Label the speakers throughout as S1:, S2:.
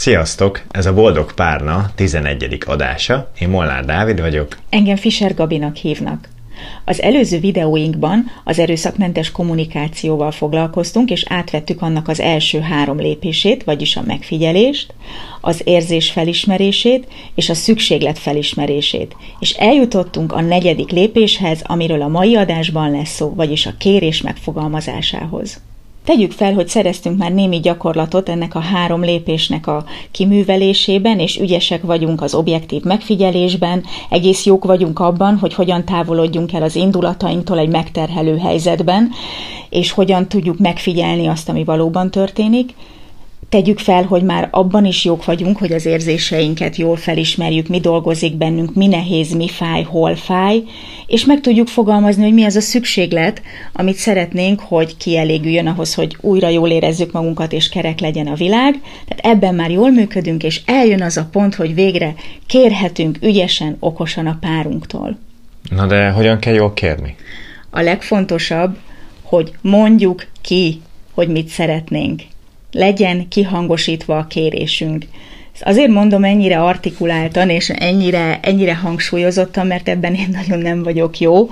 S1: Sziasztok! Ez a Boldog Párna 11. adása. Én Molnár Dávid vagyok.
S2: Engem Fischer Gabinak hívnak. Az előző videóinkban az erőszakmentes kommunikációval foglalkoztunk, és átvettük annak az első 3 lépését, vagyis a megfigyelést, az érzés felismerését és a szükséglet felismerését. És eljutottunk a 4. lépéshez, amiről a mai adásban lesz szó, vagyis a kérés megfogalmazásához. Tegyük fel, hogy szereztünk már némi gyakorlatot ennek a 3 lépésnek a kiművelésében, és ügyesek vagyunk az objektív megfigyelésben, egész jók vagyunk abban, hogy hogyan távolodjunk el az indulatainktól egy megterhelő helyzetben, és hogyan tudjuk megfigyelni azt, ami valóban történik. Tegyük fel, hogy már abban is jók vagyunk, hogy az érzéseinket jól felismerjük, mi dolgozik bennünk, mi nehéz, mi fáj, hol fáj, és meg tudjuk fogalmazni, hogy mi az a szükséglet, amit szeretnénk, hogy kielégüljön ahhoz, hogy újra jól érezzük magunkat, és kerek legyen a világ. Tehát ebben már jól működünk, és eljön az a pont, hogy végre kérhetünk ügyesen, okosan a párunktól.
S1: Na de hogyan kell jól kérni?
S2: A legfontosabb, hogy mondjuk ki, hogy mit szeretnénk. Legyen kihangosítva a kérésünk. Azért mondom ennyire artikuláltan, és ennyire hangsúlyozottan, mert ebben én nagyon nem vagyok jó.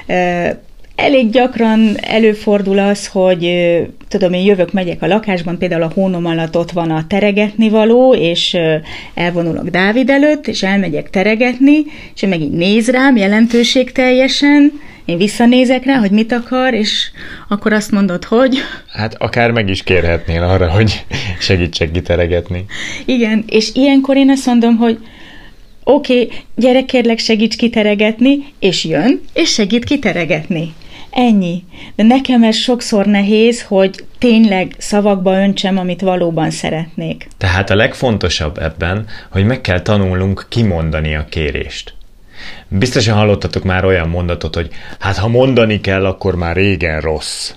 S2: Elég gyakran előfordul az, hogy tudom, én megyek a lakásban, például a hónom alatt ott van a teregetnivaló, és elvonulok Dávid előtt, és elmegyek teregetni, és ő meg így néz rám jelentőségteljesen, én visszanézek rá, hogy mit akar, és akkor azt mondod, hogy...
S1: Hát akár meg is kérhetnél arra, hogy segítsek kiteregetni.
S2: Igen, és ilyenkor én azt mondom, hogy oké, gyere kérlek, segíts kiteregetni, és jön, és segít kiteregetni. Ennyi. De nekem ez sokszor nehéz, hogy tényleg szavakba öntsem, amit valóban szeretnék.
S1: Tehát a legfontosabb ebben, hogy meg kell tanulnunk kimondani a kérést. Biztosan hallottatok már olyan mondatot, hogy hát ha mondani kell, akkor már régen rossz.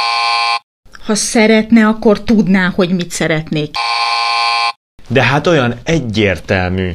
S2: Ha szeretne, akkor tudná, hogy mit szeretnék.
S1: De hát olyan egyértelmű.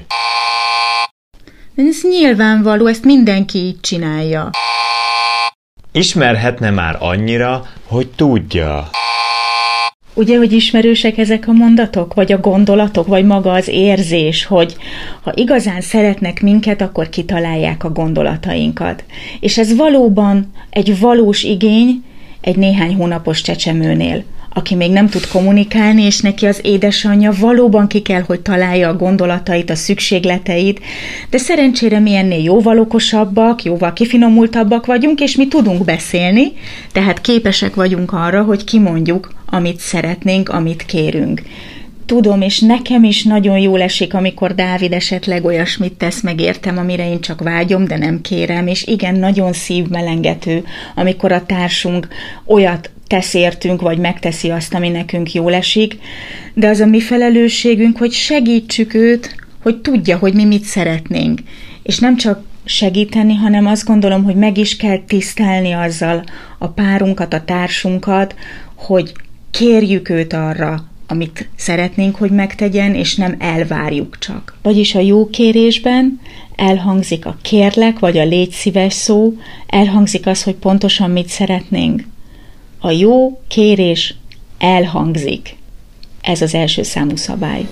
S2: Ez nyilvánvaló, ezt mindenki így csinálja.
S1: Ismerhetne már annyira, hogy tudja.
S2: Ugye, hogy ismerősek ezek a mondatok, vagy a gondolatok, vagy maga az érzés, hogy ha igazán szeretnek minket, akkor kitalálják a gondolatainkat. És ez valóban egy valós igény egy néhány hónapos csecsemőnél, aki még nem tud kommunikálni, és neki az édesanyja valóban ki kell, hogy találja a gondolatait, a szükségleteit, de szerencsére mi ennél jóval okosabbak, jóval kifinomultabbak vagyunk, és mi tudunk beszélni, tehát képesek vagyunk arra, hogy kimondjuk, amit szeretnénk, amit kérünk. Tudom, és nekem is nagyon jól esik, amikor Dávid esetleg olyasmit tesz meg értem, amire én csak vágyom, de nem kérem, és igen, nagyon szívmelengető, amikor a társunk olyat tesz értünk, vagy megteszi azt, ami nekünk jól esik, de az a mi felelősségünk, hogy segítsük őt, hogy tudja, hogy mi mit szeretnénk. És nem csak segíteni, hanem azt gondolom, hogy meg is kell tisztelni azzal a párunkat, a társunkat, hogy kérjük őt arra, amit szeretnénk, hogy megtegyen, és nem elvárjuk csak. Vagyis a jó kérésben elhangzik a kérlek, vagy a légy szíves szó, elhangzik az, hogy pontosan mit szeretnénk. A jó kérés elhangzik. Ez az első számú szabály.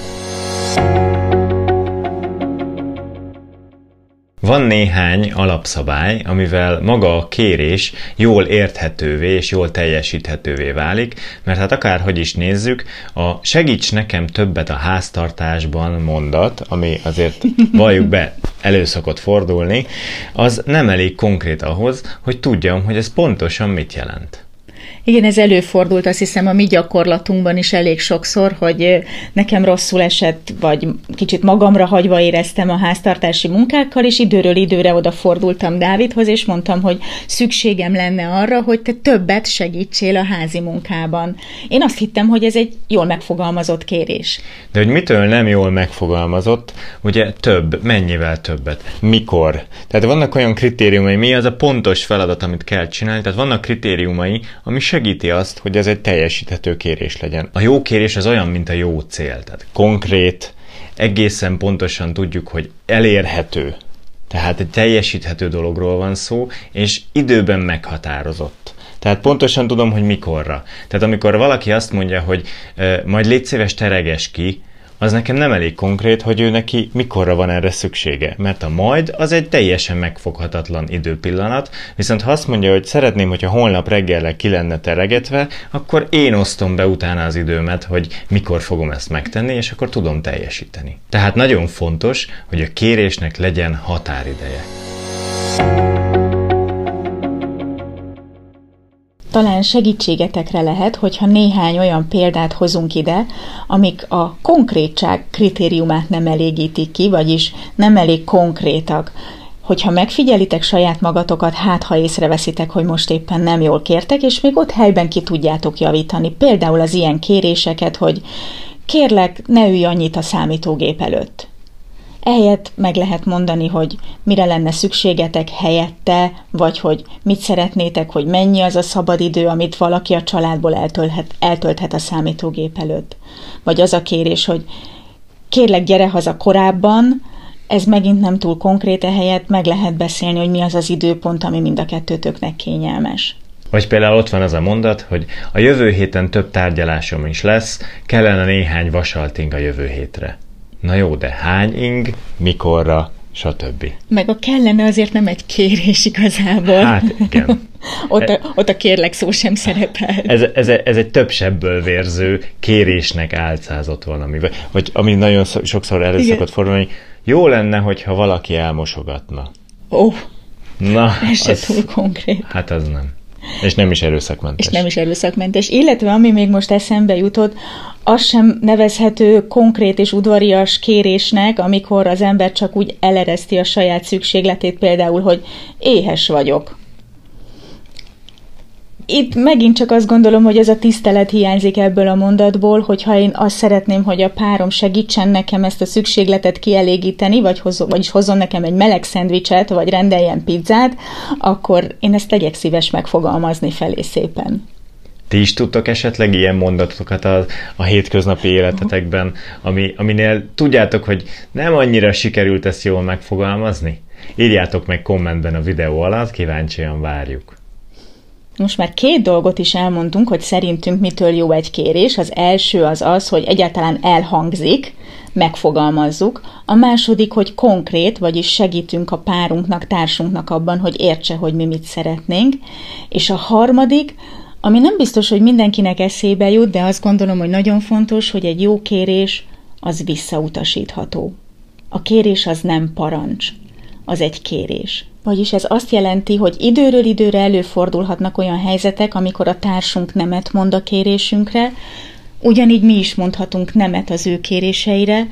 S1: Van néhány alapszabály, amivel maga a kérés jól érthetővé és jól teljesíthetővé válik, mert hát akárhogy is nézzük, a segíts nekem többet a háztartásban mondat, ami azért valljuk be elő szokott fordulni, az nem elég konkrét ahhoz, hogy tudjam, hogy ez pontosan mit jelent.
S2: Igen, ez előfordult, azt hiszem, a mi gyakorlatunkban is elég sokszor, hogy nekem rosszul esett, vagy kicsit magamra hagyva éreztem a háztartási munkákkal, és időről időre odafordultam Dávidhoz, és mondtam, hogy szükségem lenne arra, hogy te többet segítsél a házi munkában. Én azt hittem, hogy ez egy jól megfogalmazott kérés.
S1: De hogy mitől nem jól megfogalmazott, ugye több, mennyivel többet, mikor. Tehát vannak olyan kritériumai, mi az a pontos feladat, amit kell csinálni, tehát vannak kritériumai, ami segíti azt, hogy ez egy teljesíthető kérés legyen. A jó kérés az olyan, mint a jó cél, tehát konkrét, egészen pontosan tudjuk, hogy elérhető. Tehát egy teljesíthető dologról van szó, és időben meghatározott. Tehát pontosan tudom, hogy mikorra. Tehát amikor valaki azt mondja, hogy majd légy szíves, tereges ki, az nekem nem elég konkrét, hogy ő neki mikorra van erre szüksége, mert a majd az egy teljesen megfoghatatlan időpillanat, viszont ha azt mondja, hogy szeretném, hogyha holnap reggelre ki lenne teregetve, akkor én osztom be utána az időmet, hogy mikor fogom ezt megtenni, és akkor tudom teljesíteni. Tehát nagyon fontos, hogy a kérésnek legyen határideje.
S2: Talán segítségetekre lehet, hogyha néhány olyan példát hozunk ide, amik a konkrétság kritériumát nem elégítik ki, vagyis nem elég konkrétak. Hogyha megfigyelitek saját magatokat, hát ha észreveszitek, hogy most éppen nem jól kértek, és még ott helyben ki tudjátok javítani. Például az ilyen kéréseket, hogy kérlek, ne ülj annyit a számítógép előtt. Ehelyett meg lehet mondani, hogy mire lenne szükségetek helyette, vagy hogy mit szeretnétek, hogy mennyi az a szabadidő, amit valaki a családból eltölthet a számítógép előtt. Vagy az a kérés, hogy kérlek, gyere haza korábban, ez megint nem túl konkrét, ehelyett meg lehet beszélni, hogy mi az az időpont, ami mind a kettőtöknek kényelmes.
S1: Vagy például ott van az a mondat, hogy a jövő héten több tárgyalásom is lesz, kellene néhány vasalting a jövő hétre. Na jó, de hány ing, mikorra, stb.
S2: Meg a kellene azért nem egy kérés igazából.
S1: Hát igen.
S2: ott a kérlek szó sem szerepel.
S1: Ez egy több sebből vérző kérésnek álcázott valami. Vagy ami nagyon sokszor elő szokott fordulni, jó lenne, hogyha valaki elmosogatna. Na,
S2: ez se túl konkrét.
S1: Hát az nem. És nem is erőszakmentes.
S2: Illetve ami még most eszembe jutott, az sem nevezhető konkrét és udvarias kérésnek, amikor az ember csak úgy elereszti a saját szükségletét, például, hogy éhes vagyok. Itt megint csak azt gondolom, hogy ez a tisztelet hiányzik ebből a mondatból, hogyha én azt szeretném, hogy a párom segítsen nekem ezt a szükségletet kielégíteni, vagyis hozzon nekem egy meleg szendvicset, vagy rendeljen pizzát, akkor én ezt legyek szíves megfogalmazni felé szépen.
S1: Ti is tudtok esetleg ilyen mondatokat a hétköznapi életetekben, aminél tudjátok, hogy nem annyira sikerült ezt jól megfogalmazni? Írjátok meg kommentben a videó alatt, kíváncsian várjuk.
S2: Most már 2 dolgot is elmondtunk, hogy szerintünk mitől jó egy kérés. Az első az, hogy egyáltalán elhangzik, megfogalmazzuk. A második, hogy konkrét, vagyis segítünk a párunknak, társunknak abban, hogy értse, hogy mi mit szeretnénk. És a harmadik, ami nem biztos, hogy mindenkinek eszébe jut, de azt gondolom, hogy nagyon fontos, hogy egy jó kérés az visszautasítható. A kérés az nem parancs, az egy kérés. Vagyis ez azt jelenti, hogy időről időre előfordulhatnak olyan helyzetek, amikor a társunk nemet mond a kérésünkre, ugyanígy mi is mondhatunk nemet az ő kéréseire,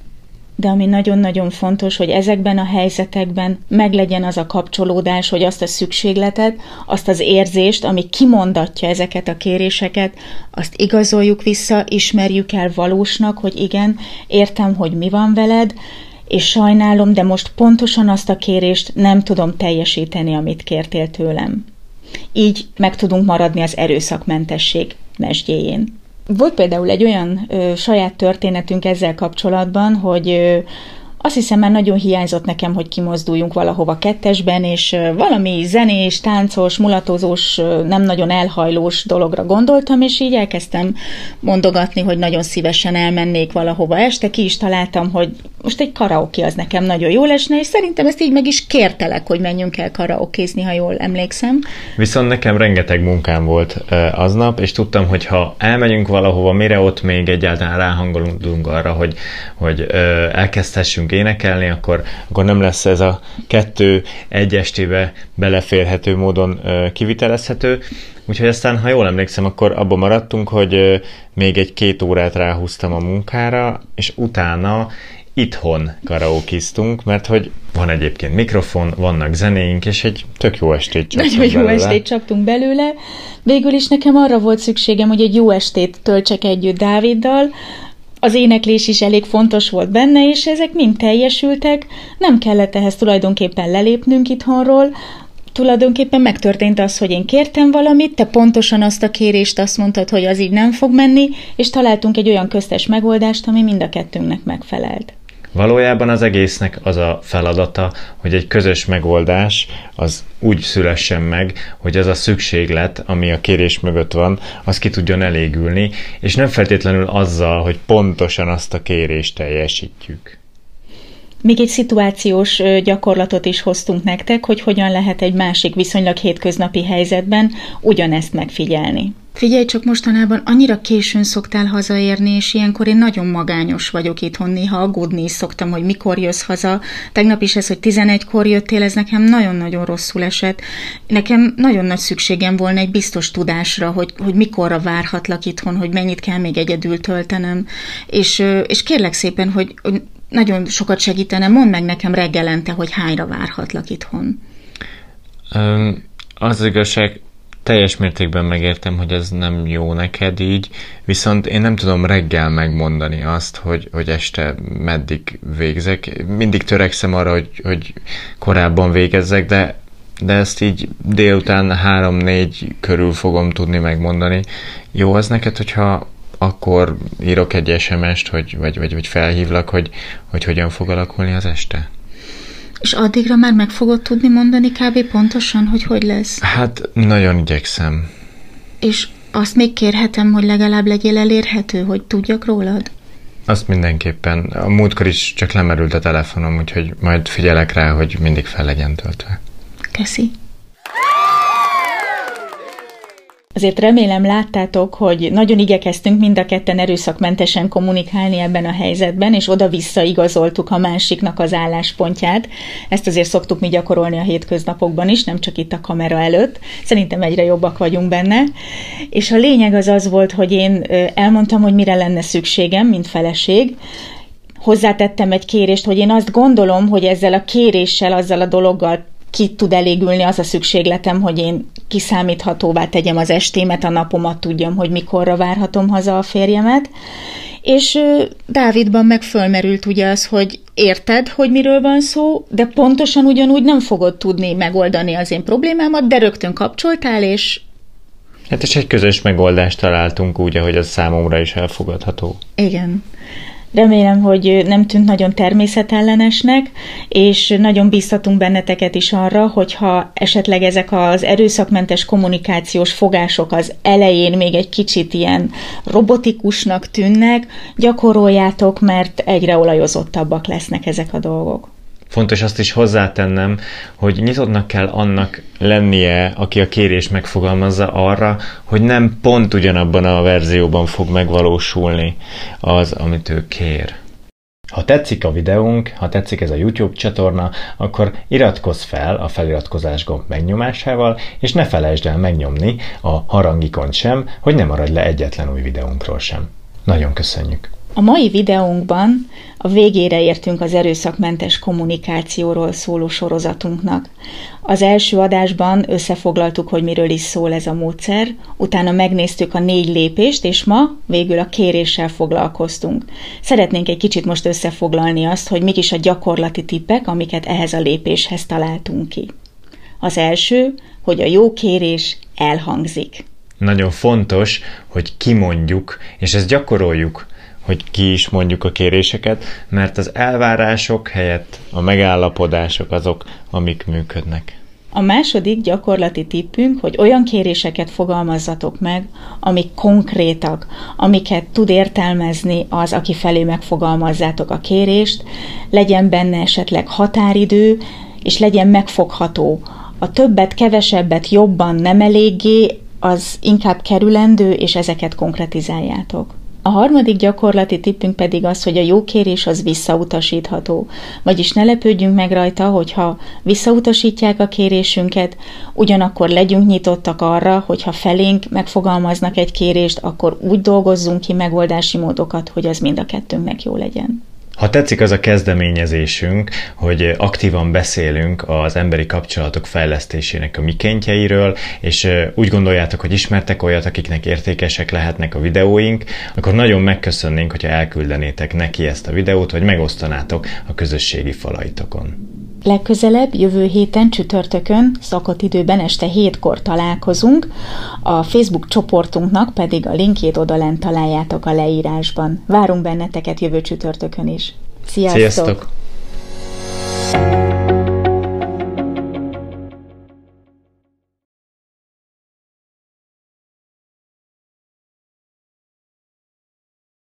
S2: de ami nagyon-nagyon fontos, hogy ezekben a helyzetekben meglegyen az a kapcsolódás, hogy azt a szükségletet, azt az érzést, ami kimondatja ezeket a kéréseket, azt igazoljuk vissza, ismerjük el valósnak, hogy igen, értem, hogy mi van veled, és sajnálom, de most pontosan azt a kérést nem tudom teljesíteni, amit kértél tőlem. Így meg tudunk maradni az erőszakmentesség mesdjéjén. Volt például egy olyan saját történetünk ezzel kapcsolatban, hogy azt hiszem már nagyon hiányzott nekem, hogy kimozduljunk valahova kettesben, és valami zenés, táncos, mulatozós, nem nagyon elhajlós dologra gondoltam, és így elkezdtem mondogatni, hogy nagyon szívesen elmennék valahova este. Ki is találtam, hogy most egy karaoke az nekem nagyon jól esne, és szerintem ezt így meg is kértelek, hogy menjünk el karaokézni, ha jól emlékszem.
S1: Viszont nekem rengeteg munkám volt aznap, és tudtam, hogy ha elmegyünk valahova, mire ott még egyáltalán ráhangolunk arra, hogy elkezdhessünk énekelni, akkor nem lesz ez a 2 egy estébe beleférhető módon kivitelezhető. Úgyhogy aztán, ha jól emlékszem, akkor abban maradtunk, hogy még egy 2 órát ráhúztam a munkára, és utána itthon karaokiztunk, mert hogy van egyébként mikrofon, vannak zenéink, és egy tök jó estét csaptunk belőle.
S2: Nagyon jó estét csaptunk belőle. Végül is nekem arra volt szükségem, hogy egy jó estét töltsek együtt Dáviddal. Az éneklés is elég fontos volt benne, és ezek mind teljesültek. Nem kellett ehhez tulajdonképpen lelépnünk itthonról. Tulajdonképpen megtörtént az, hogy én kértem valamit, te pontosan azt a kérést azt mondtad, hogy az így nem fog menni, és találtunk egy olyan köztes megoldást, ami mind a kettőnknek megfelelt.
S1: Valójában az egésznek az a feladata, hogy egy közös megoldás az úgy szülessen meg, hogy az a szükséglet, ami a kérés mögött van, az ki tudjon elégülni, és nem feltétlenül azzal, hogy pontosan azt a kérést teljesítjük.
S2: Még egy szituációs gyakorlatot is hoztunk nektek, hogy hogyan lehet egy másik viszonylag hétköznapi helyzetben ugyanezt megfigyelni. Figyelj csak, mostanában annyira későn szoktál hazaérni, és ilyenkor én nagyon magányos vagyok itthon, néha aggódni is szoktam, hogy mikor jössz haza. Tegnap is ez, hogy 11-kor jöttél, ez nekem nagyon-nagyon rosszul esett. Nekem nagyon nagy szükségem volna egy biztos tudásra, hogy mikorra várhatlak itthon, hogy mennyit kell még egyedül töltenem. És kérlek szépen, hogy nagyon sokat segítene, mondd meg nekem reggelente, hogy hányra várhatlak itthon.
S1: Az igazság, teljes mértékben megértem, hogy ez nem jó neked így, viszont én nem tudom reggel megmondani azt, hogy este meddig végzek. Mindig törekszem arra, hogy korábban végezzek, de ezt így délután 3-4 körül fogom tudni megmondani. Jó az neked, hogyha akkor írok egy SMS-t, vagy felhívlak, hogy hogyan fog alakulni az este?
S2: És addigra már meg fogod tudni mondani kb. Pontosan, hogy lesz?
S1: Hát nagyon igyekszem.
S2: És azt még kérhetem, hogy legalább legyél elérhető, hogy tudjak rólad?
S1: Azt mindenképpen. A múltkor is csak lemerült a telefonom, úgyhogy majd figyelek rá, hogy mindig fel legyen töltve.
S2: Köszi. Azért remélem láttátok, hogy nagyon igyekeztünk mind a ketten erőszakmentesen kommunikálni ebben a helyzetben, és oda-vissza igazoltuk a másiknak az álláspontját. Ezt azért szoktuk mi gyakorolni a hétköznapokban is, nem csak itt a kamera előtt. Szerintem egyre jobbak vagyunk benne. És a lényeg az volt, hogy én elmondtam, hogy mire lenne szükségem, mint feleség. Hozzátettem egy kérést, hogy én azt gondolom, hogy ezzel a kéréssel, azzal a dologgal ki tud elégülni az a szükségletem, hogy én kiszámíthatóvá tegyem az estémet, a napomat, tudjam, hogy mikorra várhatom haza a férjemet. És Dávidban meg fölmerült ugye az, hogy érted, hogy miről van szó, de pontosan ugyanúgy nem fogod tudni megoldani az én problémámat, de rögtön kapcsoltál, és...
S1: Hát és egy közös megoldást találtunk úgy, ahogy az számomra is elfogadható.
S2: Igen. Remélem, hogy nem tűnt nagyon természetellenesnek, és nagyon bíztatunk benneteket is arra, hogyha esetleg ezek az erőszakmentes kommunikációs fogások az elején még egy kicsit ilyen robotikusnak tűnnek, gyakoroljátok, mert egyre olajozottabbak lesznek ezek a dolgok.
S1: Fontos azt is hozzátennem, hogy nyitottnak kell annak lennie, aki a kérés megfogalmazza arra, hogy nem pont ugyanabban a verzióban fog megvalósulni az, amit ő kér. Ha tetszik a videónk, ha tetszik ez a YouTube csatorna, akkor iratkozz fel a feliratkozás gomb megnyomásával, és ne felejtsd el megnyomni a harangikont sem, hogy ne maradj le egyetlen új videónkról sem. Nagyon köszönjük!
S2: A mai videónkban a végére értünk az erőszakmentes kommunikációról szóló sorozatunknak. Az első adásban összefoglaltuk, hogy miről is szól ez a módszer, utána megnéztük a 4 lépést, és ma végül a kéréssel foglalkoztunk. Szeretnénk egy kicsit most összefoglalni azt, hogy mik is a gyakorlati tippek, amiket ehhez a lépéshez találtunk ki. Az első, hogy a jó kérés elhangzik.
S1: Nagyon fontos, hogy kimondjuk, és ezt gyakoroljuk, hogy ki is mondjuk a kéréseket, mert az elvárások helyett a megállapodások azok, amik működnek.
S2: A második gyakorlati tippünk, hogy olyan kéréseket fogalmazzatok meg, amik konkrétak, amiket tud értelmezni az, aki felé megfogalmazzátok a kérést, legyen benne esetleg határidő, és legyen megfogható. A többet, kevesebbet, jobban, nem eléggé, az inkább kerülendő, és ezeket konkretizáljátok. A harmadik gyakorlati tippünk pedig az, hogy a jó kérés az visszautasítható. Vagyis ne lepődjünk meg rajta, hogyha visszautasítják a kérésünket, ugyanakkor legyünk nyitottak arra, hogyha felénk megfogalmaznak egy kérést, akkor úgy dolgozzunk ki megoldási módokat, hogy az mind a kettőnknek jó legyen.
S1: Ha tetszik az a kezdeményezésünk, hogy aktívan beszélünk az emberi kapcsolatok fejlesztésének a mikéntjeiről, és úgy gondoljátok, hogy ismertek olyat, akiknek értékesek lehetnek a videóink, akkor nagyon megköszönnénk, hogyha elküldenétek neki ezt a videót, vagy megosztanátok a közösségi falaitokon.
S2: Legközelebb jövő héten csütörtökön, szokott időben este 7-kor találkozunk, a Facebook csoportunknak pedig a linkjét odalent találjátok a leírásban. Várunk benneteket jövő csütörtökön is. Sziasztok!
S1: Sziasztok.